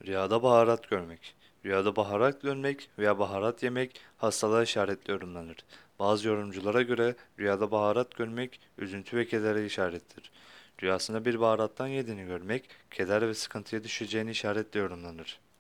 Rüyada baharat görmek. Rüyada baharat görmek veya baharat yemek hastalığa işaretli yorumlanır. Bazı yorumculara göre rüyada baharat görmek üzüntü ve kedere işarettir. Rüyasında bir baharattan yediğini görmek keder ve sıkıntıya düşeceğini işaretle yorumlanır.